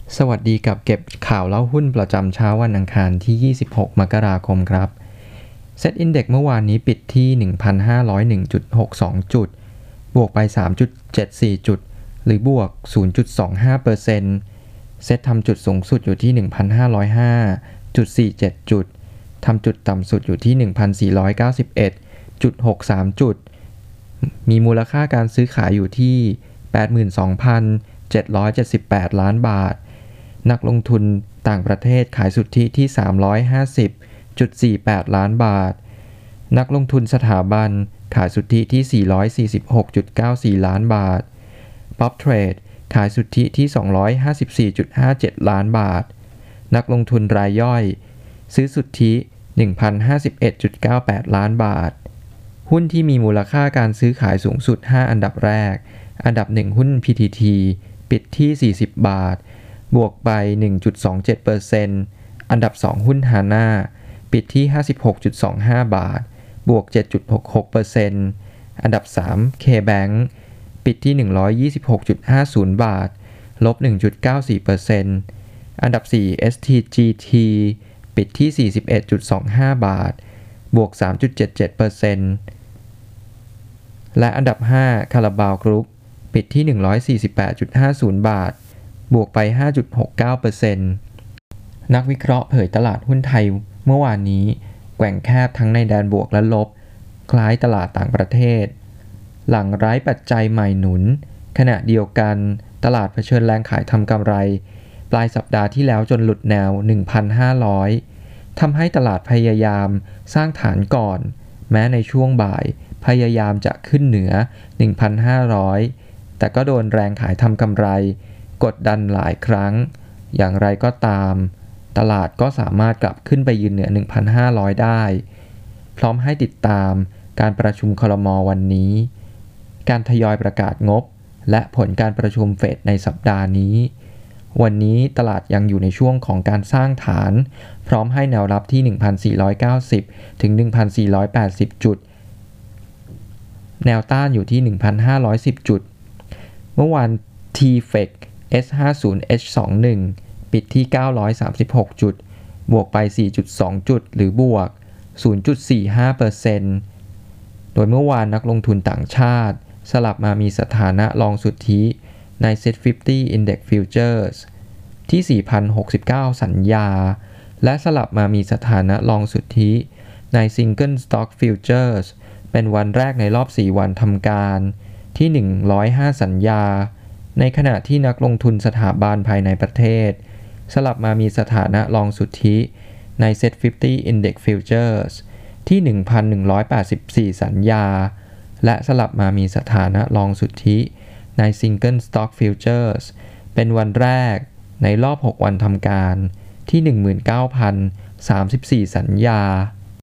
สวัสดีกับเก็บข่าวเล่าหุ้นประจำเช้าวันอังคารที่ 26 มกราคมครับเซ็ตอินเด็กซ์เมื่อวานนี้ปิดที่ 1,501.62 จุดบวกไป 3.74 จุดหรือบวก 0.25% เซ็ตทำจุดสูงสุดอยู่ที่ 1,505.47 จุดทำจุดต่ำสุดอยู่ที่ 1,491.63 จุดมีมูลค่าการซื้อขายอยู่ที่ 82,778 ล้านบาทนักลงทุนต่างประเทศขายสุทธิที่ 350.48 ล้านบาทนักลงทุนสถาบันขายสุทธิที่ 446.94 ล้านบาทป๊อปเทรดขายสุทธิที่ 254.57 ล้านบาทนักลงทุนรายย่อยซื้อสุทธิ 1,051.98 ล้านบาทหุ้นที่มีมูลค่าการซื้อขายสูงสุด5อันดับแรกอันดับ1หุ้น PTT ปิดที่40บาทบวกไป 1.27% อันดับ2หุ้น HANA ปิดที่ 56.25 บาทบวก 7.66% อันดับ3 KBank ปิดที่ 126.50 บาทลบ 1.94% อันดับ4 STGT ปิดที่ 41.25 บาทบวก 3.77% และอันดับ5 Carabao Group ปิดที่ 148.50 บาทบวกไป 5.69% นักวิเคราะห์เผยตลาดหุ้นไทยเมื่อวานนี้แกว่งแคบทั้งในแดนบวกและลบคล้ายตลาดต่างประเทศหลังไร้ปัจจัยใหม่หนุนขณะเดียวกันตลาดเผชิญแรงขายทำกำไรปลายสัปดาห์ที่แล้วจนหลุดแนว 1,500 ทำให้ตลาดพยายามสร้างฐานก่อนแม้ในช่วงบ่ายพยายามจะขึ้นเหนือ 1,500 แต่ก็โดนแรงขายทำกำไรกดดันหลายครั้งอย่างไรก็ตามตลาดก็สามารถกลับขึ้นไปยืนเหนือ 1,500 ได้พร้อมให้ติดตามการประชุมครม.วันนี้การทยอยประกาศงบและผลการประชุมเฟดในสัปดาห์นี้วันนี้ตลาดยังอยู่ในช่วงของการสร้างฐานพร้อมให้แนวรับที่ 1,490 ถึง 1,480 จุดแนวต้านอยู่ที่ 1,510 จุดเมื่อวาน TFEC S50H21 ปิดที่ 936 จุดบวกไป 4.2 จุดหรือบวก 0.45% โดยเมื่อวานนักลงทุนต่างชาติสลับมามีสถานะรองสุทธิใน SET50 Index Futures ที่ 4,069 สัญญาและสลับมามีสถานะรองสุทธิใน Single Stock Futures เป็นวันแรกในรอบ 4 วันทำการที่ 105 สัญญาในขณะที่นักลงทุนสถาบันภายในประเทศสลับมามีสถานะรองสุทธิใน SET50 Index Futures ที่ 1,184 สัญญาและสลับมามีสถานะรองสุทธิใน Single Stock Futures เป็นวันแรกในรอบ 6 วันทำการที่ 19,034 สัญญา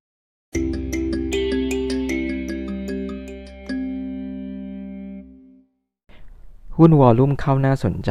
หุ้นวอลลุ่มเข้าน่าสนใจ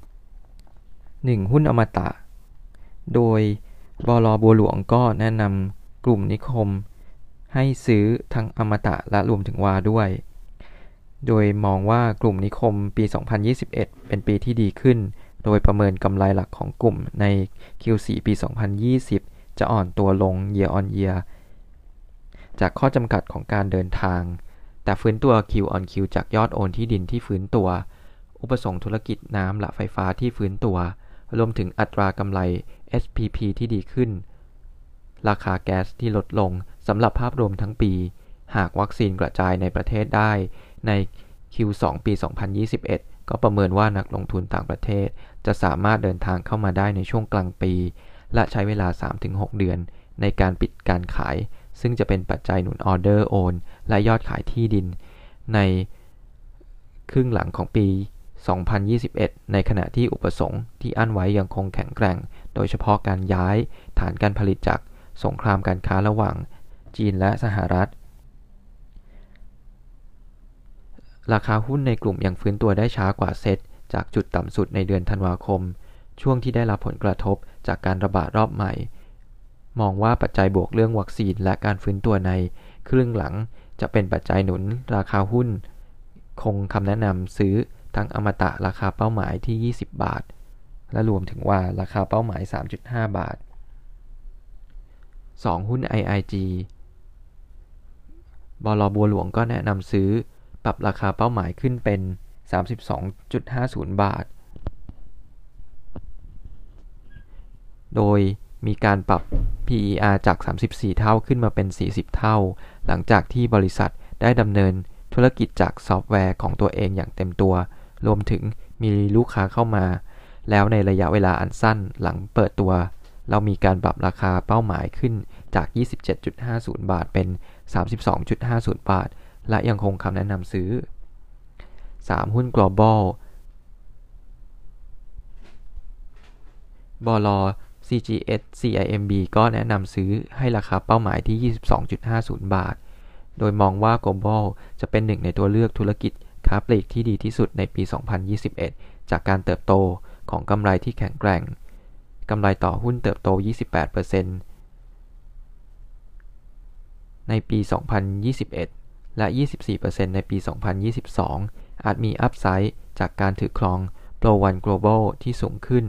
1. หุ้นอมตะโดยบล.บัวหลวงก็แนะนำกลุ่มนิคมให้ซื้อทั้งอมตะและรวมถึงวาด้วยโดยมองว่ากลุ่มนิคมปี 2021 เป็นปีที่ดีขึ้นโดยประเมินกำไรหลักของกลุ่มใน Q4 ปี 2020 จะอ่อนตัวลง year on year จากข้อจำกัดของการเดินทางแต่ฟื้นตัว Q on Q จากยอดโอนที่ดินที่ฟื้นตัวอุปสงค์ธุรกิจน้ำและไฟฟ้าที่ฟื้นตัวรวมถึงอัตรากำไร SPP ที่ดีขึ้นราคาแก๊สที่ลดลงสำหรับภาพรวมทั้งปีหากวัคซีนกระจายในประเทศได้ใน Q2 ปี 2021 ก็ประเมินว่านักลงทุนต่างประเทศจะสามารถเดินทางเข้ามาได้ในช่วงกลางปีและใช้เวลา 3-6 เดือนในการปิดการขายซึ่งจะเป็นปัจจัยหนุนออเดอร์โอนและยอดขายที่ดินในครึ่งหลังของปี 2021 ในขณะที่อุปสงค์ที่อั้นไว้ยังคงแข็งแกร่งโดยเฉพาะการย้ายฐานการผลิตจากสงครามการค้าระหว่างจีนและสหรัฐราคาหุ้นในกลุ่มยังฟื้นตัวได้ช้ากว่าเซ็ตจากจุดต่ำสุดในเดือนธันวาคมช่วงที่ได้รับผลกระทบจากการระบาดรอบใหม่มองว่าปัจจัยบวกเรื่องวัคซีนและการฟื้นตัวในครึ่งหลังจะเป็นปัจจัยหนุนราคาหุ้นคงคำแนะนำซื้อทั้งอมตะราคาเป้าหมายที่20 บาทและรวมถึงว่าราคาเป้าหมาย 3.5 บาท 2. หุ้น IIG บล.บัวหลวงก็แนะนำซื้อปรับราคาเป้าหมายขึ้นเป็น 32.50 บาท โดยมีการปรับ PER จาก 34 เท่าขึ้นมาเป็น 40 เท่าหลังจากที่บริษัทได้ดำเนินธุรกิจจากซอฟต์แวร์ของตัวเองอย่างเต็มตัวรวมถึงมีลูกค้าเข้ามาแล้วในระยะเวลาอันสั้นหลังเปิดตัวเรามีการปรับราคาเป้าหมายขึ้นจาก 27.50 บาทเป็น 32.50 บาทและยังคงคำแนะนำซื้อ 3. หุ้น Global บล. CGS CIMB ก็แนะนำซื้อให้ราคาเป้าหมายที่ 22.50 บาทโดยมองว่า Global จะเป็นหนึ่งในตัวเลือกธุรกิจค้าปลีกที่ดีที่สุดในปี 2021 จากการเติบโตของกำไรที่แข็งแกร่งกำไรต่อหุ้นเติบโต 28% ในปี 2021 และ 24% ในปี 2022 อาจมีอัพไซด์จากการถือครอง Pro One Global ที่สูงขึ้น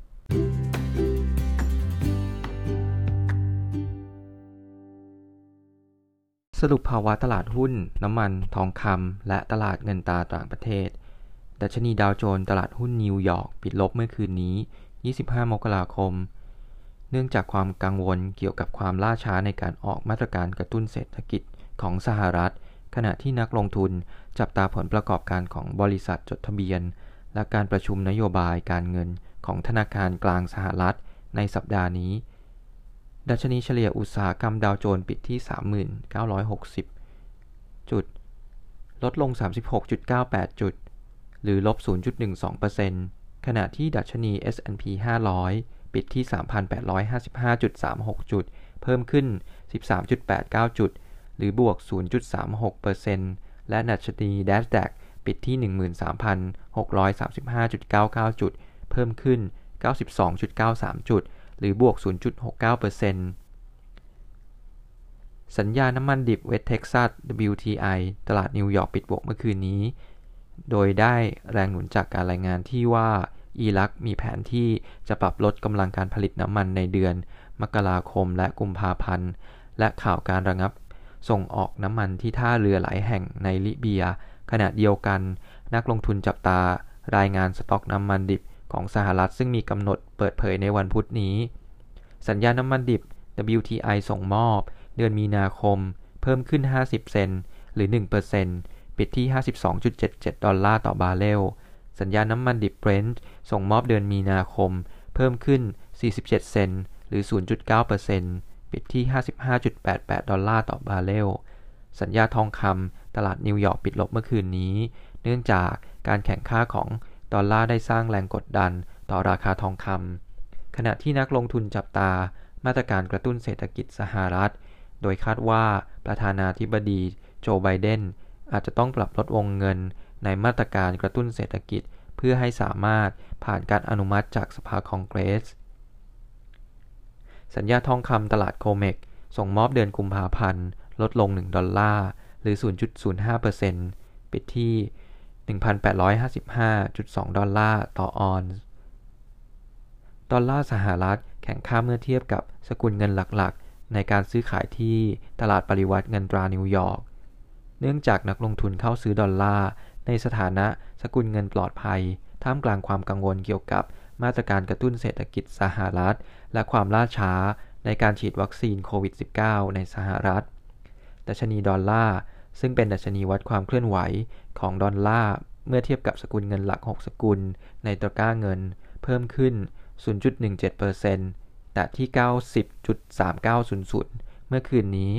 สรุปภาวะตลาดหุ้นน้ำมันทองคำและตลาดเงินตราต่างประเทศดัชนีดาวโจนส์ตลาดหุ้นนิวยอร์กปิดลบเมื่อคืนนี้25 มกราคมเนื่องจากความกังวลเกี่ยวกับความล่าช้าในการออกมาตรการกระตุ้นเศรษฐกิจของสหรัฐขณะที่นักลงทุนจับตาผลประกอบการของบริษัทจดทะเบียนและการประชุมนโยบายการเงินของธนาคารกลางสหรัฐในสัปดาห์นี้ดัชนีเฉลี่ยอุตสาหกรรมดาวโจนส์ปิดที่ 39,960 จุดลดลง 36.98 จุดหรือลบ 0.12% ขณะที่ดัชนี S&P 500 ปิดที่ 3,855.36 จุดเพิ่มขึ้น 13.89 จุดหรือบวก 0.36% และดัชนี NASDAQ ปิดที่ 13,635.99 จุดเพิ่มขึ้น 92.93 จุดหรือบวก 0.69% สัญญาน้ำมันดิบเวสต์เท็กซัส WTI ตลาดนิวยอร์กปิดบวกเมื่อคืนนี้โดยได้แรงหนุนจากการรายงานที่ว่าอิรักมีแผนที่จะปรับลดกำลังการผลิตน้ำมันในเดือนมกราคมและกุมภาพันธ์และข่าวการระงับส่งออกน้ำมันที่ท่าเรือหลายแห่งในลิเบียขณะเดียวกันนักลงทุนจับตารายงานสต็อกน้ำมันดิบของสหรัฐซึ่งมีกำหนดเปิดเผยในวันพุธนี้สัญญาน้ำมันดิบ WTI ส่งมอบเดือนมีนาคมเพิ่มขึ้น50 เซนต์หรือ 1% ปิดที่ 52.77 ดอลลาร์ต่อบาร์เรลสัญญาน้ำมันดิบ Brent ส่งมอบเดือนมีนาคมเพิ่มขึ้น47 เซนต์หรือ 0.9% ปิดที่ 55.88 ดอลลาร์ต่อบาร์เรลสัญญาทองคำตลาดนิวยอร์กปิดลบเมื่อคืนนี้เนื่องจากการแข่งข้าของดอลลาร์ได้สร้างแรงกดดันต่อราคาทองคำขณะที่นักลงทุนจับตามาตรการกระตุ้นเศรษฐกิจสหรัฐโดยคาดว่าประธานาธิบดีโจไบเดนอาจจะต้องปรับลดวงเงินในมาตรการกระตุ้นเศรษฐกิจเพื่อให้สามารถผ่านการอนุมัติจากสภาคองเกรสสัญญาทองคำตลาดโคเมกส่งมอบเดือนกุมภาพันธ์ลดลง1ดอลลาร์หรือ 0.05% ปิดที่ 1,855.2 ดอลลาร์ต่อออนซ์ดอลลาร์สหรัฐแข็งค่าเมื่อเทียบกับสกุลเงินหลักๆในการซื้อขายที่ตลาดปริวัติเงินตรานิวยอร์กเนื่องจากนักลงทุนเข้าซื้อดอลลาร์ในสถานะสกุลเงินปลอดภัยท่ามกลางความกังวลเกี่ยวกับมาตรการกระตุ้นเศรษฐกิจสหรัฐและความล่าช้าในการฉีดวัคซีนโควิด -19 ในสหรัฐดัชนีดอลลาร์ซึ่งเป็นดัชนีวัดความเคลื่อนไหวของดอลลาร์เมื่อเทียบกับสกุลเงินหลัก6สกุลในตะกร้าเงินเพิ่มขึ้น 0.17% แต่ที่ 90.3900 เมื่อคืนนี้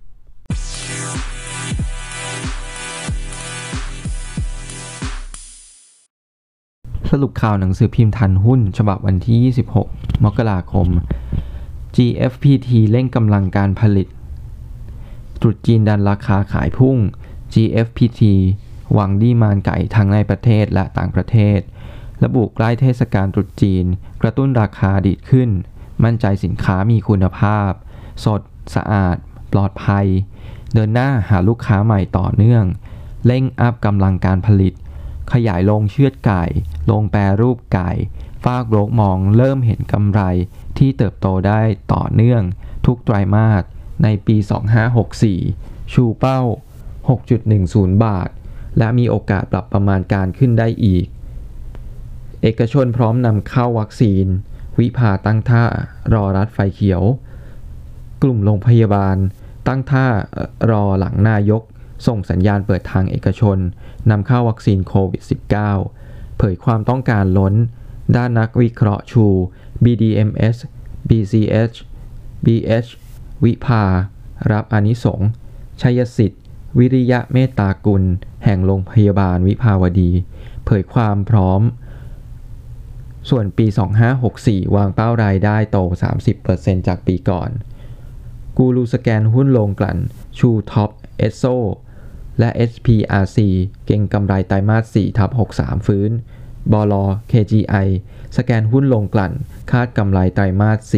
สรุปข่าวหนังสือพิมพ์ทันหุ้นฉบับวันที่ 26 มกราคม GFPT เร่งกำลังการผลิตตรุษจีนดันราคาขายพุ่ง GFPT หวังดีมานด์ไก่ทั้งในประเทศและต่างประเทศระบุใกล้เทศกาลตรุษจีนกระตุ้นราคาดีดขึ้นมั่นใจสินค้ามีคุณภาพสดสะอาดปลอดภัยเดินหน้าหาลูกค้าใหม่ต่อเนื่องเร่งอัพกำลังการผลิตขยายโรงเชือดไก่โรงแปรรูปไก่ฝากโลกมองเริ่มเห็นกำไรที่เติบโตได้ต่อเนื่องทุกไตรมาสในปี 2564 ชูเป้า 6.10 บาทและมีโอกาสปรับประมาณการขึ้นได้อีกเอกชนพร้อมนำเข้าวัคซีนวิภาตั้งท่ารอรัฐไฟเขียวกลุ่มโรงพยาบาลตั้งท่ารอหลังนายกส่งสัญญาณเปิดทางเอกชนนำเข้าวัคซีนโควิด -19 เผยความต้องการล้นด้านนักวิเคราะห์ชู BDMs BCH BH วิภารับอานิสงส์ชัยสิทธิ์วิริยะเมตตากุลแห่งโรงพยาบาลวิภาวดีเผยความพร้อมส่วนปี 2564 วางเป้ารายได้โต 30% จากปีก่อนกูรูสแกนหุ้นโรงกลั่นชูท็อปเอสโซและ SPRC เก่งกำไรไตรมาส 4/63 ฟื้นบล. KGI สแกนหุ้นโรงกลั่นคาดกำไรไตรมาส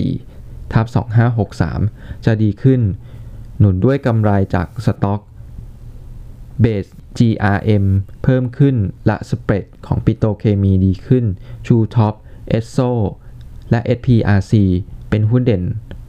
4/2563 จะดีขึ้นหนุนด้วยกำไรจากสต็อกเบส GRM เพิ่มขึ้นและสเปรดของปิโตรเคมีดีขึ้นชูท็อปเอสโซและ SPRC เป็นหุ้นเด่นปี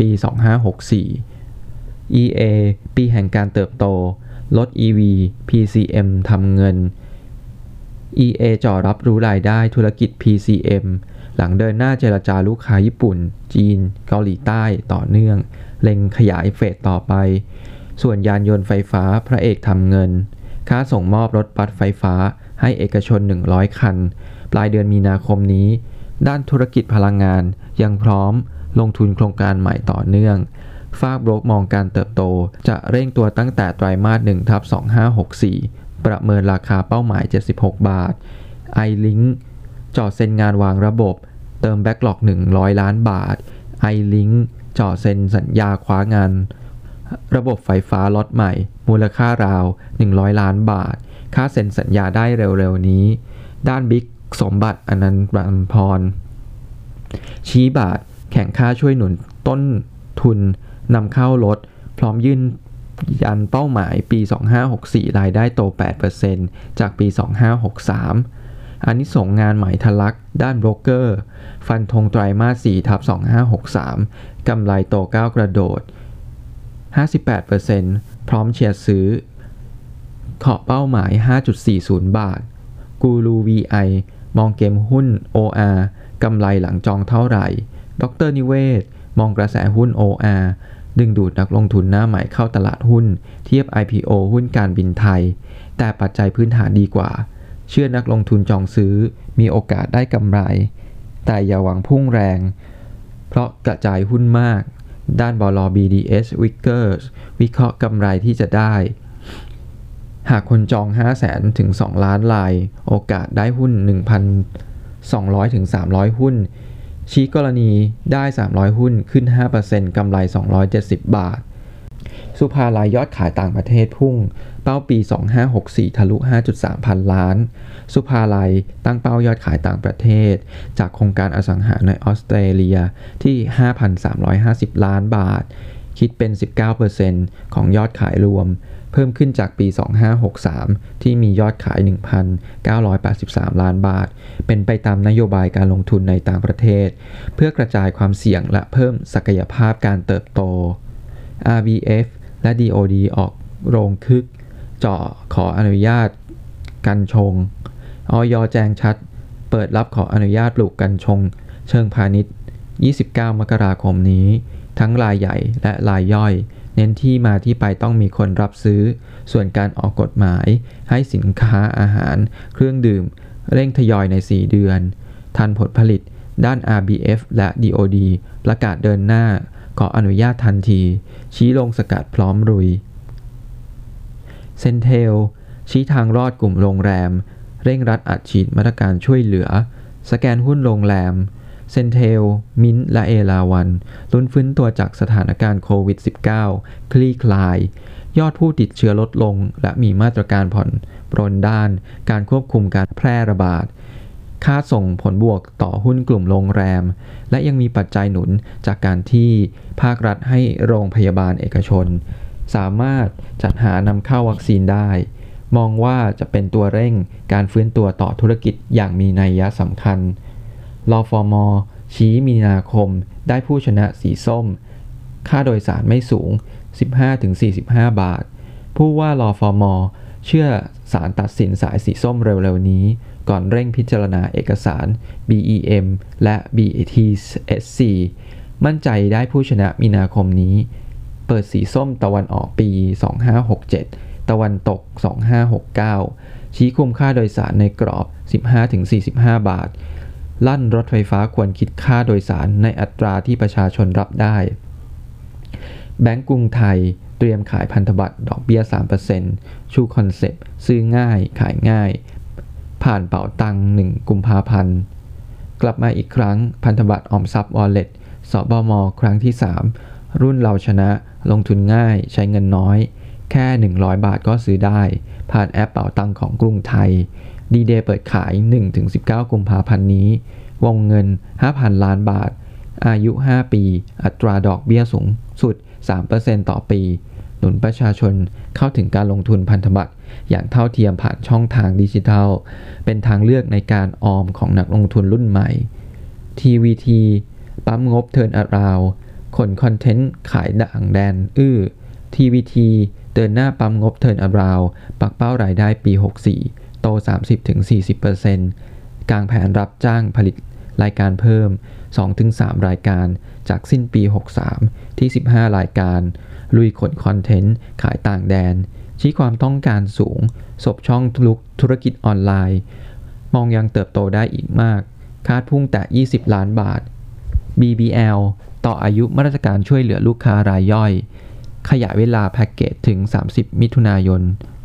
2564 EA ปีแห่งการเติบโตลด EV PCM ทำเงิน EA จ่อรับรู้รายได้ธุรกิจ PCM หลังเดินหน้าเจรจาลูกค้าญี่ปุ่นจีนเกาหลีใต้ต่อเนื่องเล็งขยายเฟสต่อไปส่วนยานยนต์ไฟฟ้าพระเอกทำเงินค่าส่งมอบรถบัสไฟฟ้าให้เอกชน100คันปลายเดือนมีนาคมนี้ด้านธุรกิจพลังงานยังพร้อมลงทุนโครงการใหม่ต่อเนื่องฝากโบรกมองการเติบโตจะเร่งตัวตั้งแต่ไตรมาส 1/2564 ประเมินราคาเป้าหมาย76 บาท iLink จ่อเซ็นงานวางระบบเติมแบ็กหลอก100 ล้านบาท iLink จ่อเซ็นสัญญาคว้างานระบบไฟฟ้าล็อตใหม่มูลค่าราว100 ล้านบาทค่าเซ็นสัญญาได้เร็วๆนี้ด้านบิ๊กสมบัติอนันต์รัมพรชี้บาทแข่งค่าช่วยหนุนต้นทุนนำเข้ารถพร้อมยื่นยันเป้าหมายปี 2564 รายได้โต 8% จากปี 2563 อานิสงส์งานใหม่ทะลักด้านโบรกเกอร์ฟันธงไตรมาส 4/2563 กำไรโตก้าวกระโดด 58% พร้อมเชียร์ซื้อเคาะเป้าหมาย 5.40 บาทกูรู VI มองเกมหุ้น OR กำไรหลังจองเท่าไหร่ดร.นิเวศมองกระแสหุ้น OR ดึงดูดนักลงทุนหน้าใหม่เข้าตลาดหุ้นเทียบ IPO หุ้นการบินไทยแต่ปัจจัยพื้นฐานดีกว่าเชื่อนักลงทุนจองซื้อมีโอกาสได้กำไรแต่อย่าหวังพุ่งแรงเพราะกระจายหุ้นมากด้านบล. BDS Vickers วิเคราะห์กำไรที่จะได้หากคนจอง 500,000 ถึง 2 ล้านรายโอกาสได้หุ้น 1,200 ถึง 300 หุ้นชี้กรณีได้ 300 หุ้นขึ้น 5% กำไร 270 บาทสุภาลัยยอดขายต่างประเทศพุ่งเป้าปี 2564 ทะลุ 5.3 พันล้านสุภาลัยตั้งเป้ายอดขายต่างประเทศจากโครงการอสังหาในออสเตรเลียที่ 5,350 ล้านบาทคิดเป็น 19% ของยอดขายรวมเพิ่มขึ้นจากปี 2563 ที่มียอดขาย 1,983 ล้านบาทเป็นไปตามนโยบายการลงทุนในต่างประเทศเพื่อกระจายความเสี่ยงและเพิ่มศักยภาพการเติบโต RBF และ DOD ออกโรงคึกเจาะขออนุญาตกัญชงอย.แจ้งชัดเปิดรับขออนุญาตปลูกกัญชงเชิงพาณิชย์ 29 มกราคมนี้ทั้งรายใหญ่และรายย่อยเน้นที่มาที่ไปต้องมีคนรับซื้อส่วนการออกกฎหมายให้สินค้าอาหารเครื่องดื่มเร่งทยอยใน 4 เดือนทันผลผลิตด้าน RBF และ DOD ประกาศเดินหน้าขออนุญาตทันทีชี้ลงสกัดพร้อมรุยเซนเทลชี้ทางรอดกลุ่มโรงแรมเร่งรัดอัดฉีดมาตรการช่วยเหลือสแกนหุ้นโรงแรมเซนเทลมิ้นท์และเอราวันลุ้นฟื้นตัวจากสถานการณ์โควิด -19 คลี่คลายยอดผู้ติดเชื้อลดลงและมีมาตรการผ่อนปรนด้านการควบคุมการแพร่ระบาดคาดส่งผลบวกต่อหุ้นกลุ่มโรงแรมและยังมีปัจจัยหนุนจากการที่ภาครัฐให้โรงพยาบาลเอกชนสามารถจัดหานำเข้าวัคซีนได้มองว่าจะเป็นตัวเร่งการฟื้นตัวต่อธุรกิจอย่างมีนัยสำคัญรฟม.ชี้มีนาคมได้ผู้ชนะสีส้มค่าโดยสารไม่สูง 15-45 บาทผู้ว่ารฟม.เชื่อศาลตัดสินสายสีส้มเร็วๆนี้ก่อนเร่งพิจารณาเอกสาร BEM และ BTSC มั่นใจได้ผู้ชนะมีนาคมนี้เปิดสีส้มตะวันออกปี 2567 ตะวันตก 2569 ชี้คุมค่าโดยสารในกรอบ 15-45 บาทลั่นรถไฟฟ้าควรคิดค่าโดยสารในอัตราที่ประชาชนรับได้แบงก์กรุงไทยเตรียมขายพันธบัตรดอกเบี้ย 3% ชูคอนเซปต์ซื้อง่ายขายง่ายผ่านเป๋าตัง1 กุมภาพันธ์กลับมาอีกครั้งพันธบัตรออมทรัพย์วอลเล็ตสบม.ครั้งที่ 3 รุ่นเราชนะลงทุนง่ายใช้เงินน้อยแค่100 บาทก็ซื้อได้ผ่านแอปเป๋าตังของกรุงไทยดีเดย์เปิดขาย 1-19 กุมภาพันธ์นี้วงเงิน 5,000 ล้านบาทอายุ 5 ปีอัตราดอกเบี้ยสูงสุด 3% ต่อปีหนุนประชาชนเข้าถึงการลงทุนพันธบัตรอย่างเท่าเทียมผ่านช่องทางดิจิทัลเป็นทางเลือกในการออมของนักลงทุนรุ่นใหม่ TVT ปั๊มงบเทิร์นอราวด์ขนคอนเทนต์ขายด่างแดนTVT เดินหน้าปั๊มงบเทิร์นอราวด์ปักเป้ารายได้ปี 64 โต 30-40% กลางแผนรับจ้างผลิตรายการเพิ่ม 2-3 รายการจากสิ้นปี 63 ที่ 15 รายการลุยขนคอนเทนต์ขายต่างแดนชี้ความต้องการสูงสบช่องธุรกิจออนไลน์มองยังเติบโตได้อีกมากคาดพุ่งแต่ 20 ล้านบาท BBL ต่ออายุมาตรการช่วยเหลือลูกค้ารายย่อยขยายเวลาแพ็กเกจถึง 30 มิถุนายน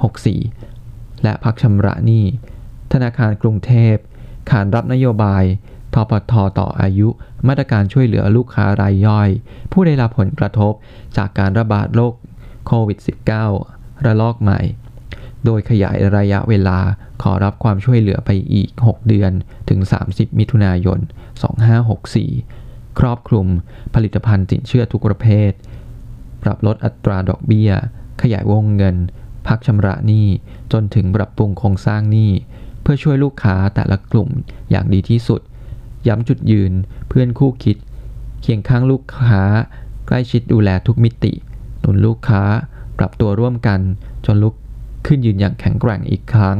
64 และพักชำระหนี้ธนาคารกรุงเทพขานรับนโยบายทปท.ต่ออายุมาตรการช่วยเหลือลูกค้ารายย่อยผู้ได้รับผลกระทบจากการระบาดโรคโควิด -19 ระลอกใหม่โดยขยายระยะเวลาขอรับความช่วยเหลือไปอีก 6 เดือนถึง 30 มิถุนายน 2564 ครอบคลุมผลิตภัณฑ์สินเชื่อทุกประเภทปรับลดอัตราดอกเบี้ยขยายวงเงินพักชำระหนี้จนถึงปรับปรุงโครงสร้างหนี้เพื่อช่วยลูกค้าแต่ละกลุ่มอย่างดีที่สุดย้ำจุดยืนเพื่อนคู่คิดเคียงข้างลูกค้าใกล้ชิดดูแลทุกมิติหนุนลูกค้าปรับตัวร่วมกันจนลุกขึ้นยืนอย่างแข็งแกร่งอีกครั้ง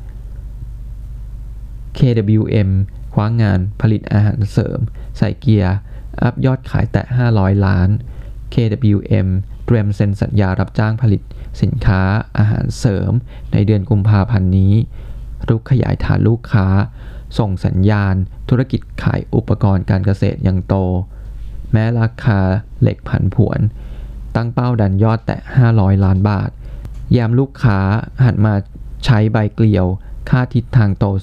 KWM คว้างานผลิตอาหารเสริมใส่เกียร์อัพยอดขายแต่500 ล้าน KWM เตรียมเซ็นสัญญารับจ้างผลิตสินค้าอาหารเสริมในเดือนกุมภาพันธ์นี้รุกขยายฐานลูกค้าส่งสัญญาณธุรกิจขายอุปกรณ์การเกษตรยังโตแม้ราคาเหล็กผันผวนตั้งเป้าดันยอดแต่500 ล้านบาทยามลูกค้าหันมาใช้ใบเกลียวค่าทิศทางโต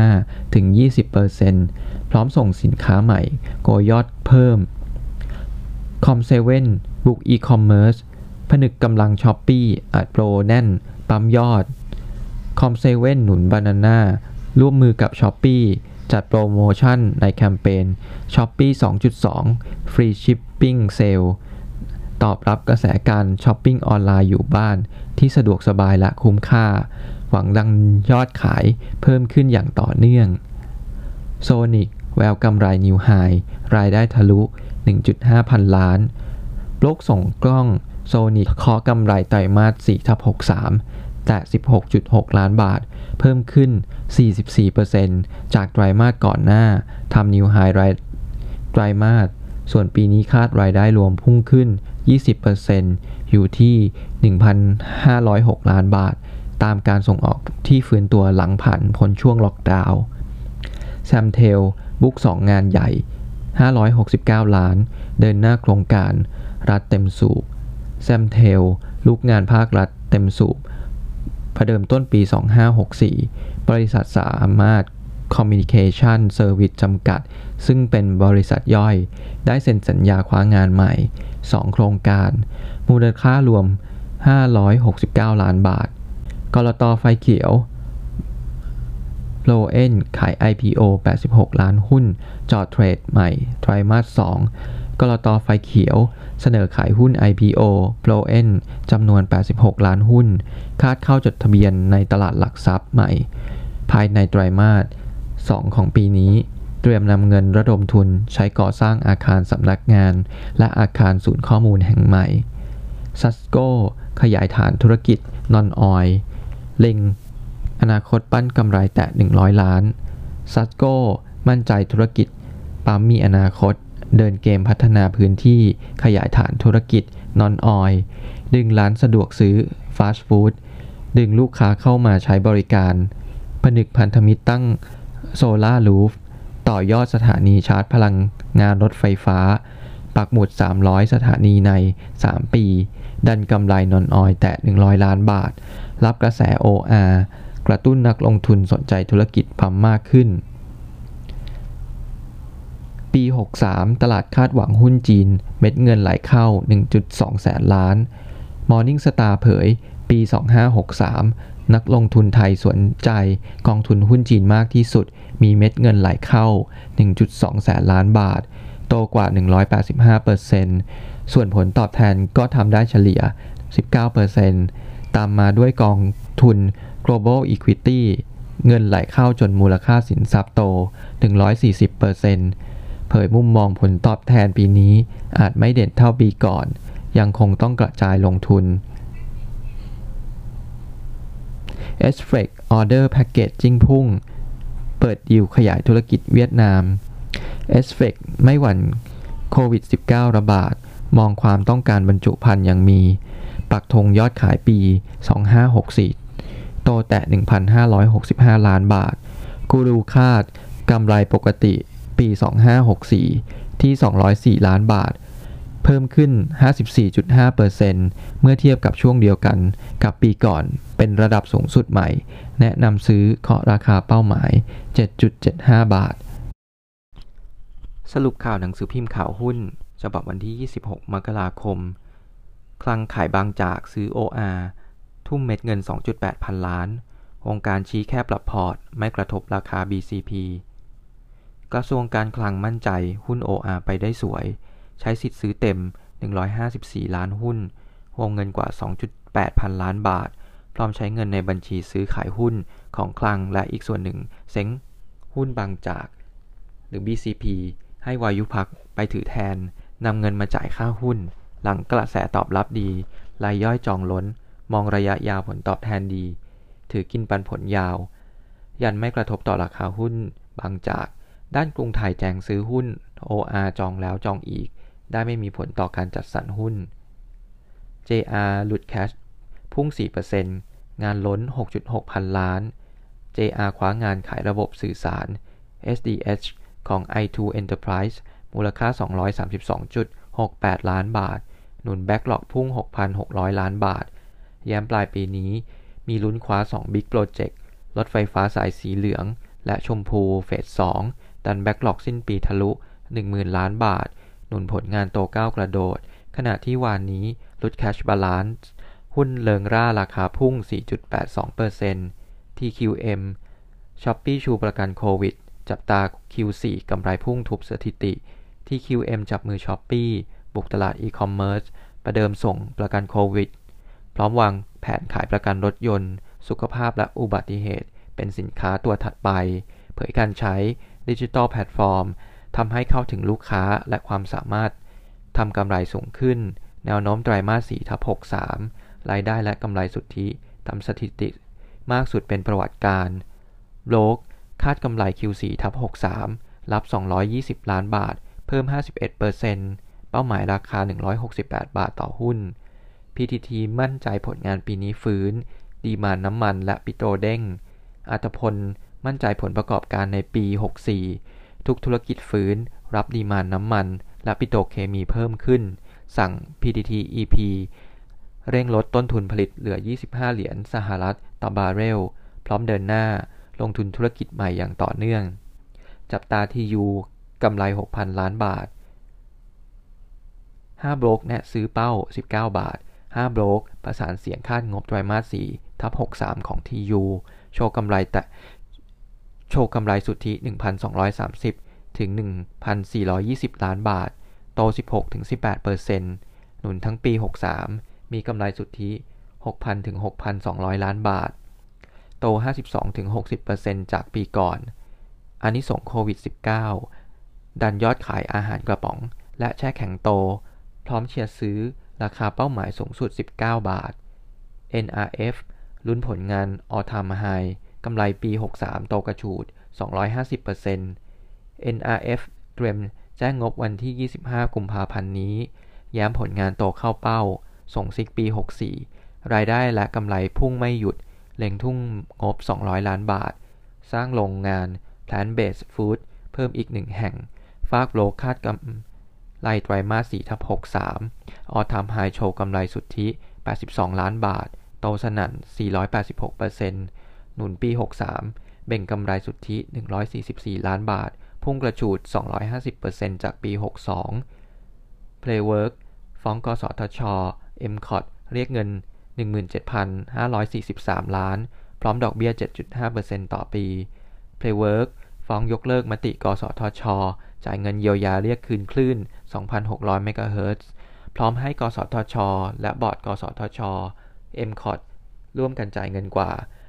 15-20% พร้อมส่งสินค้าใหม่โกยยอดเพิ่มCom7 บุกอีคอมเมิร์ซผนึกกำลังช้อปปี้อัดโปรแน่นปั๊มยอดCom7 หนุนบานาน่าร่วมมือกับ Shopee จัดโปรโมชั่นในแคมเปญ Shopee 2.2 Free Shipping Sale ตอบรับกระแสการช้อปปิ้งออนไลน์อยู่บ้านที่สะดวกสบายและคุ้มค่าหวังดังยอดขายเพิ่มขึ้นอย่างต่อเนื่อง Sonic แววกำไรนิวไฮรายได้ทะลุ 1.5 พันล้านโลกส่งกล้อง Sonic เคาะกำไรไตรมาส 4/63 แต่ 16.6 ล้านบาทเพิ่มขึ้น 44% จากไตรมาสก่อนหน้าทำนิวไฮรายไตรมาสส่วนปีนี้คาดรายได้รวมพุ่งขึ้น 20% อยู่ที่ 1,506 ล้านบาทตามการส่งออกที่ฟื้นตัวหลังผ่านพ้นช่วงล็อกดาวน์แซมเทลบุ๊ก2 งานใหญ่569 ล้านเดินหน้าโครงการรัฐเต็มสูบแซมเทลลูกงานภาครัฐเต็มสูบประเดิมต้นปี 2564 บริษัทสามารถคอมมิวนิเคชั่นเซอร์วิสจำกัดซึ่งเป็นบริษัทย่อยได้เซ็นสัญญาคว้างานใหม่2 โครงการมูลค่ารวม569 ล้านบาทกลต.ไฟเขียวโลเอ็นขาย IPO 86 ล้านหุ้นจอดเทรดใหม่ไตรมาส 2กลต.ไฟเขียวเสนอขายหุ้น IPO โลเอ็นจำนวน 86 ล้านหุ้นคาดเข้าจดทะเบียนในตลาดหลักทรัพย์ใหม่ภายในไตรมาส 2 ของปีนี้เตรียมนำเงินระดมทุนใช้ก่อสร้างอาคารสำนักงานและอาคารศูนย์ข้อมูลแห่งใหม่ซัสโกขยายฐานธุรกิจนอนออยล์เล็งอนาคตปั้นกำไรแตะ100 ล้านซัสโกมั่นใจธุรกิจปั๊มมีอนาคตเดินเกมพัฒนาพื้นที่ขยายฐานธุรกิจนอนออยล์ดึงร้านสะดวกซื้อฟาสต์ฟู้ดดึงลูกค้าเข้ามาใช้บริการผนึกพันธมิตรตั้งโซล่ารูฟต่อยอดสถานีชาร์จพลังงานรถไฟฟ้าปักหมุด300สถานีใน3ปีดันกำไรนอนออยล์แตะ100 ล้านบาทรับกระแส OR กระตุ้นนักลงทุนสนใจธุรกิจปั๊มมากขึ้นปี63ตลาดคาดหวังหุ้นจีนเม็ดเงินไหลเข้า 1.2 แสนล้าน Morningstar เผยปี2563นักลงทุนไทยสนใจกองทุนหุ้นจีนมากที่สุดมีเม็ดเงินไหลเข้า 1.2 แสนล้านบาทโตกว่า 185% ส่วนผลตอบแทนก็ทำได้เฉลี่ย 19% ตามมาด้วยกองทุน Global Equity เงินไหลเข้าจนมูลค่าสินทรัพย์โต 140%เผยมุมมองผลตอบแทนปีนี้อาจไม่เด่นเท่าปีก่อนยังคงต้องกระจายลงทุน SFREC Order Packaging พุ่งเปิดดีลขยายธุรกิจเวียดนาม SFREC ไม่หวั่นโควิด -19 ระบาดมองความต้องการบรรจุภัณฑ์ยังมีปักธงยอดขายปี2564โตแตะ 1,565 ล้านบาทกูรูคาดกำไรปกติปี2564ที่204ล้านบาทเพิ่มขึ้น 54.5% เมื่อเทียบกับช่วงเดียวกันกับปีก่อนเป็นระดับสูงสุดใหม่แนะนำซื้อเคาะราคาเป้าหมาย 7.75 บาทสรุปข่าวหนังสือพิมพ์ข่าวหุ้นฉบับวันที่26 มกราคมคลังขายบางจากซื้อ OR ทุ่มเม็ดเงิน 2.8 พันล้านองค์การชี้แค่ปรับพอร์ตไม่กระทบราคา BCP กระทรวงการคลังมั่นใจหุ้น OR ไปได้สวยใช้สิทธิ์ซื้อเต็ม154ล้านหุ้นวงเงินกว่า 2.8 พันล้านบาทพร้อมใช้เงินในบัญชีซื้อขายหุ้นของคลังและอีกส่วนหนึ่งเซ้งหุ้นบางจากหรือ BCP ให้วายุพักไปถือแทนนำเงินมาจ่ายค่าหุ้นหลังกระแสตอบรับดีรายย่อยจองล้นมองระยะยาวผลตอบแทนดีถือกินปันผลยาวยันไม่กระทบต่อราคาหุ้นบางจากด้านกรุงไทยแจงซื้อหุ้น OR จองแล้วจองอีกได้ไม่มีผลต่อการจัดสรรหุ้น JR หลุดแคชพุ่ง 4% งานล้น 6.6 พันล้าน JR คว้างานขายระบบสื่อสาร SDH ของ i2 Enterprise มูลค่า 232.68 ล้านบาทหนุนแบ็กหลอกพุ่ง 6,600 ล้านบาทแย้มปลายปีนี้มีลุ้นคว้า2 Big Project รถไฟฟ้าสายสีเหลืองและชมพูเฟส 2 ดันแบ็กหลอกสิ้นปีทะลุ 10,000 ล้านบาทหนุนผลงานโตก้าวกระโดดขณะที่วานนี้ลด Cash Balance หุ้นเริงร่าราคาพุ่ง 4.82% TQM Shopee ชูประกันโควิดจับตา Q4 กำไรพุ่งทุบสถิติ TQM จับมือ Shopee บุกตลาดอีคอมเมิร์ซประเดิมส่งประกันโควิดพร้อมวางแผนขายประกันรถยนต์สุขภาพและอุบัติเหตุเป็นสินค้าตัวถัดไปเผยการใช้ดิจิทัลแพลตฟอร์มทำให้เข้าถึงลูกค้าและความสามารถทำกำไรสูงขึ้นแนวโน้มไตรมาส 4/63 รายได้และกำไรสุทธิทำสถิติมากสุดเป็นประวัติการโบรกคาดกำไร Q4/63 รับ220ล้านบาทเพิ่ม 51% เป้าหมายราคา168 บาทต่อหุ้น PTT มั่นใจผลงานปีนี้ฟื้นดีมานด์น้ำมันและปิโตรเด้งอัตพลมั่นใจผลประกอบการในปี 64 ทุกธุรกิจฟื้นรับดีมานด์น้ำมันและปิโตรเคมีเพิ่มขึ้นสั่ง PTT EP เร่งลดต้นทุนผลิตเหลือ25เหรียญสหรัฐต่อบาร์เรลพร้อมเดินหน้าลงทุนธุรกิจใหม่อย่างต่อเนื่องจับตา TU กำไร 6,000 ล้านบาท5โบรกแนะซื้อเป้า19บาท5โบรกประสานเสียงคาดงบไตรมาส 4/63 ของ TU โชว์กำไรสุทธิ 1,230 ถึง 1,420 ล้านบาทโต 16-18% หนุนทั้งปี 63 มีกำไรสุทธิ 6,000 ถึง 6,200 ล้านบาทโต 52-60% จากปีก่อนอานิสงส์โควิด -19 ดันยอดขายอาหารกระป๋องและแช่แข็งโตพร้อมเชียร์ซื้อราคาเป้าหมายสูงสุด19 บาท NRF ลุ้นผลงาน All Time High กำไรปี63โตกระฉูด 250% NRF เตรียมแจ้งงบวันที่25กุมภาพันธ์นี้แย้มผลงานโตเข้าเป้าส่งซิกปี64รายได้และกำไรพุ่งไม่หยุดเล็งทุ่งงบ200ล้านบาทสร้างโรงงาน Plant-Based Food เพิ่มอีก1แห่งฝากโลกคาดกำไรไตรมาส4/63 All Time High โชว์กำไรสุทธิ82ล้านบาทโตสนั่น 486% หนุนปี63เบ่งกำไรสุทธิ144ล้านบาทพุ่งกระฉูด 250% จากปี62 Playwork ฟ้องกสทช. MCOT เรียกเงิน 17,543 ล้านพร้อมดอกเบี้ย 7.5% ต่อปี Playwork ฟ้องยกเลิกมติกสทช. จ่ายเงินเยียวยาเรียกคืนคลื่น 2,600 เมกะเฮิรตซ์พร้อมให้กสทช. และบอร์ดกสทช. MCOT ร่วมกันจ่ายเงินกว่า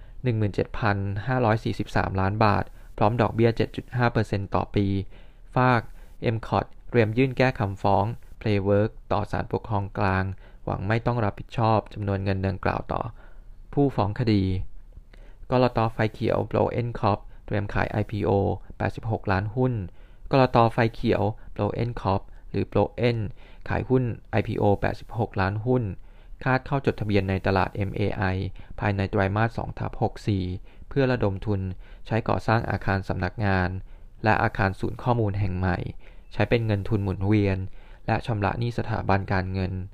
17,543 ล้านบาทพร้อมดอกเบี้ย 7.5% ต่อปีฝาก MCOT เตรียมยื่นแก้คำฟ้อง Playwork ต่อศาลปกครองกลางหวังไม่ต้องรับผิดชอบจำนวนเงินดังกล่าวต่อผู้ฟ้องคดีกลต.ไฟเขียว Blow Corp เตรียมขาย IPO 86 ล้านหุ้นกลต.ไฟเขียว Blow Corp หรือ Blow ขายหุ้น IPO 86 ล้านหุ้นคาดเข้าจดทะเบียนในตลาด MAI ภายในไตรมาส 2/64 เพื่อระดมทุนใช้ก่อสร้างอาคารสำนักงานและอาคารศูนย์ข้อมูลแห่งใหม่ใช้เป็นเงินทุนหมุนเวียนและชำระหนี้สถาบันการเงิน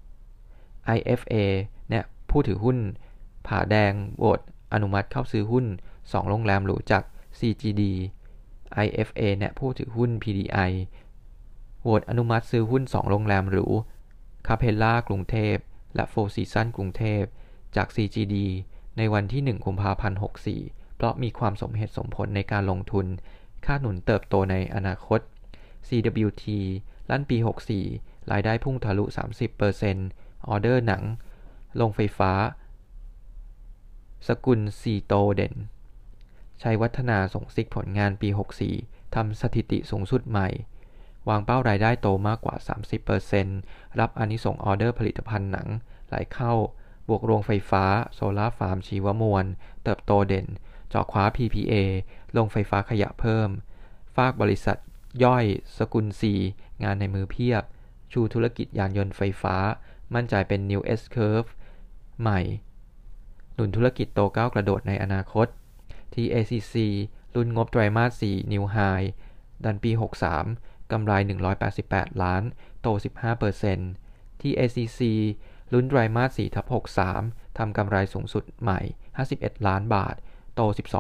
IFA เนี่ยผู้ถือหุ้นผาแดงโหวตอนุมัติเข้าซื้อหุ้น2โรงแรมหรูจาก CGD IFA เนี่ยผู้ถือหุ้น PDI โหวตอนุมัติซื้อหุ้น2โรงแรมหรูคาเพลล่ากรุงเทพและโฟร์ซีซั่นกรุงเทพจาก CGD ในวันที่1กุมภาพันธ์64เพราะมีความสมเหตุสมผลในการลงทุนคาดหนุนเติบโตในอนาคต CWT ลั่นปี64รายได้พุ่งทะลุ 30% ออเดอร์หนังโรงไฟฟ้าสกุลซีโตเด่นชัยวัฒนาส่งซิกผลงานปี64ทำสถิติสูงสุดใหม่วางเป้ารายได้โตมากกว่า 30% รับอานิสงส์ออเดอร์ผลิตภัณฑ์หนังไหลเข้าบวกโรงไฟฟ้าโซลาร์ฟาร์มชีวมวลเติบโตเด่นเจาะคว้า PPA โรงไฟฟ้าขยะเพิ่มฝากบริษัทย่อยสกุลซีงานในมือเพียบชูธุรกิจยานยนต์ไฟฟ้ามั่นใจเป็น New S-Curve ใหม่หนุนธุรกิจโตก้าวกระโดดในอนาคต TACC ลุ้นงบไตรมาส4 New High ดันปี63กำไร188ล้านโต 15% TACC ลุ้นไตรมาส4/63ทำกำไรสูงสุดใหม่51ล้านบาทโต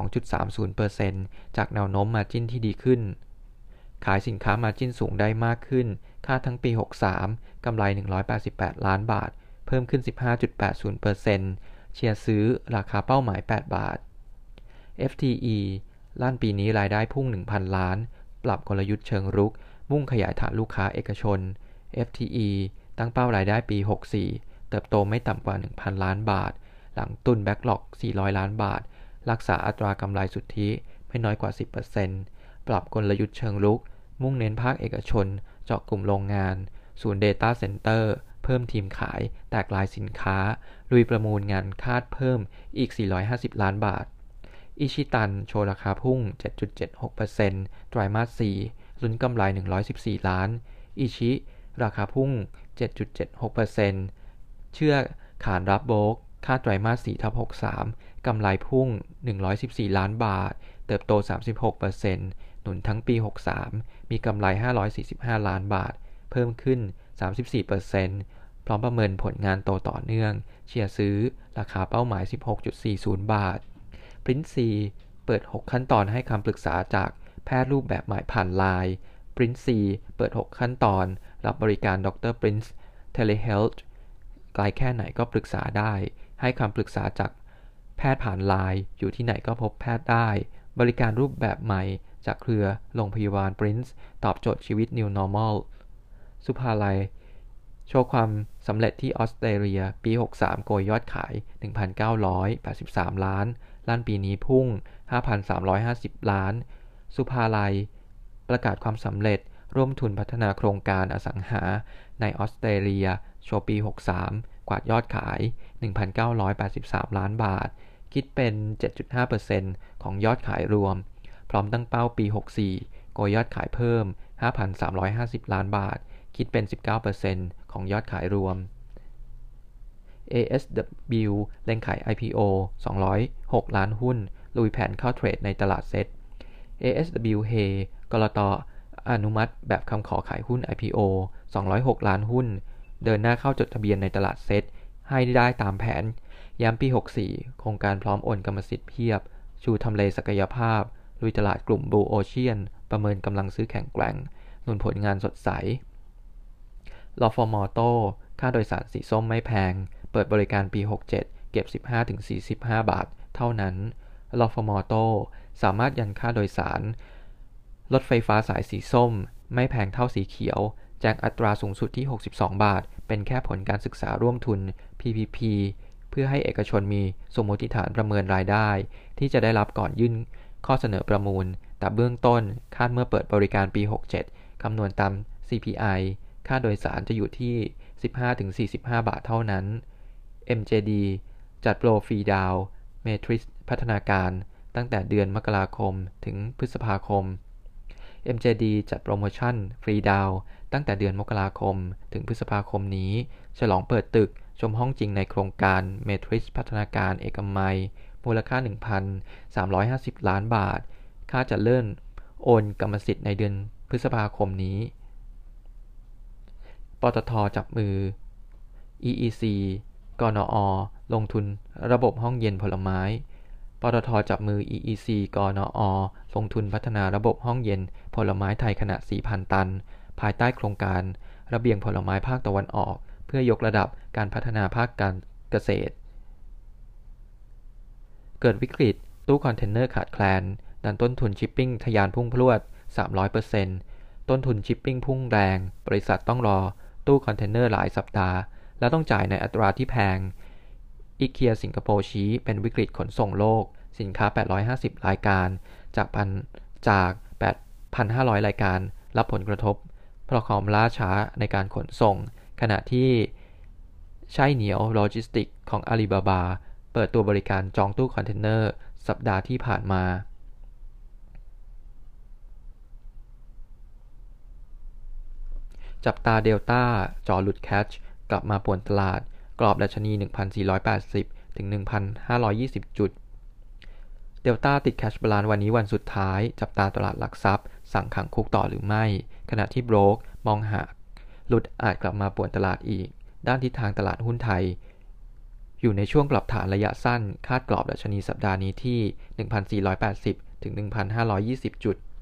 12.30% จากแนวโน้มมาร์จิ้นที่ดีขึ้นขายสินค้ามาร์จิ้นสูงได้มากขึ้นคาดทั้งปี63กำไร188ล้านบาทเพิ่มขึ้น 15.80% เชียร์ซื้อราคาเป้าหมาย8บาท FTE ลั่นปีนี้รายได้พุ่ง 1,000 ล้านปรับกลยุทธ์เชิงรุกมุ่งขยายฐานลูกค้าเอกชน FTE ตั้งเป้ารายได้ปี64เติบโตไม่ต่ำกว่า 1,000 ล้านบาทหลังตุนแบ็กหล็อก400ล้านบาทรักษาอัตรากำไรสุทธิไม่น้อยกว่า 10% ปรับกลยุทธ์เชิงรุกมุ่งเน้นภาคเอกชนเจาะกลุ่มโรงงานศูนย์ Data Center เพิ่มทีมขายแตกลายสินค้าลุยประมูลงานคาดเพิ่มอีก450ล้านบาทอิชิตันโชว์ราคาพุ่ง 7.76% ไตรมาส4ลุ้นกำไร114ล้านอิชิราคาพุ่ง 7.76% เชื่อขานรับโบกคาดไตรมาส4/63กำไรพุ่ง114ล้านบาทเติบโต 36% หนุนทั้งปี63มีกำไร545ล้านบาทเพิ่มขึ้น 34% พร้อมประเมินผลงานโตต่อเนื่องเชียร์ซื้อราคาเป้าหมาย 16.40 บาทPrince C เปิด6ขั้นตอนให้คำปรึกษาจากแพทย์รูปแบบใหม่ผ่าน LINE Prince C เปิด6ขั้นตอนรับบริการดร. Prince Telehealth ไกลแค่ไหนก็ปรึกษาได้ให้คำปรึกษาจากแพทย์ผ่าน LINE อยู่ที่ไหนก็พบแพทย์ได้บริการรูปแบบใหม่จากเครือโรงพยาบาล Prince ตอบโจทย์ชีวิต New Normal สุภาลัยโชว์ความสำเร็จที่ออสเตรเลียปี63โกยยอดขาย 1,983 ล้านลั่นปีนี้พุ่ง 5,350 ล้านสุภาลัยประกาศความสำเร็จร่วมทุนพัฒนาโครงการอสังหาในออสเตรเลียโชว์ปี 63 กวาดยอดขาย 1,983 ล้านบาทคิดเป็น 7.5% ของยอดขายรวมพร้อมตั้งเป้าปี 64 โกยยอดขายเพิ่ม 5,350 ล้านบาทคิดเป็น 19% ของยอดขายรวม ASW เล็งขาย IPO 206 ล้านหุ้นลุยแผนเข้าเทรดในตลาดเซ็ต ASW เฮกลต.อนุมัติแบบคำขอขายหุ้น IPO 206 ล้านหุ้นเดินหน้าเข้าจดทะเบียนในตลาดเซ็ตให้ได้ตามแผนย้ำปี 64 โครงการพร้อมโอนกรรมสิทธิ์เพียบชูทำเลศักยภาพลุยตลาดกลุ่ม Blue Ocean ประเมินกำลังซื้อแข็งแกร่งหนุนผลงานสดใสลฟม.โต้ค่าโดยสารสีส้มไม่แพงเปิดบริการปี 67 เก็บ 15-45 บาทเท่านั้นลฟม.โต้สามารถยันค่าโดยสารรถไฟฟ้าสายสีส้มไม่แพงเท่าสีเขียวแจ้งอัตราสูงสุดที่ 62 บาทเป็นแค่ผลการศึกษาร่วมทุน PPP เพื่อให้เอกชนมีสมมติฐานประเมินรายได้ที่จะได้รับก่อนยื่นข้อเสนอประมูลแต่เบื้องต้นคาดเมื่อเปิดบริการปี 67 คำนวณตาม CPI ค่าโดยสารจะอยู่ที่ 15-45 บาทเท่านั้น MJD จัดโปรฟรีดาวน์เมทริกซ์พัฒนาการตั้งแต่เดือนมกราคมถึงพฤษภาคม MJD จัดโปรโมชั่นฟรีดาวน์ตั้งแต่เดือนมกราคมถึงพฤษภาคมนี้ฉลองเปิดตึกชมห้องจริงในโครงการเมทริกซ์พัฒนาการเอกมัยมูลค่า 1,350 ล้านบาทค่าจะเริ่มโอนกรรมสิทธิ์ในเดือนพฤษภาคมนี้ปตท.จับมือ EEC กนอ.ลงทุนระบบห้องเย็นผลไม้ปตท.จับมือ EEC กนอ.ลงทุนพัฒนาระบบห้องเย็นผลไม้ไทยขนาด 4,000 ตันภายใต้โครงการระเบียงผลไม้ภาคตะวันออกเพื่อยกระดับการพัฒนาภาคการเกษตรเกิดวิกฤตตู้คอนเทนเนอร์ขาดแคลนดันต้นทุนชิปปิ้งทะยานพุ่งพรวด 300% ต้นทุนชิปปิ้งพุ่งแรงบริษัทต้องรอตู้คอนเทนเนอร์หลายสัปดาห์และต้องจ่ายในอัตราที่แพงอีเคียสิงคโปร์ชี้เป็นวิกฤตขนส่งโลกสินค้า850รายการจาก 8,500 รายการรับผลกระทบเพราะความล่าช้าในการขนส่งขณะที่ไช่เหนียวโลจิสติกของอาลีบาบาเปิดตัวบริการจองตู้คอนเทนเนอร์สัปดาห์ที่ผ่านมาจับตาเดลต้าจ่อหลุดแคชกลับมาป่วนตลาดกรอบดัชนี 1,480 ถึง 1,520 จุดเดลต้าติดแคชบาลานซ์วันนี้วันสุดท้ายจับตาตลาดหลักทรัพย์สั่งขังคุกต่อหรือไม่ขณะที่โบรกมองหากหลุดอาจกลับมาป่วนตลาดอีกด้านทิศทางตลาดหุ้นไทยอยู่ในช่วงปรับฐานระยะสั้นคาดกรอบดัชนีสัปดาห์นี้ที่ 1,480 ถึง 1,520 จุด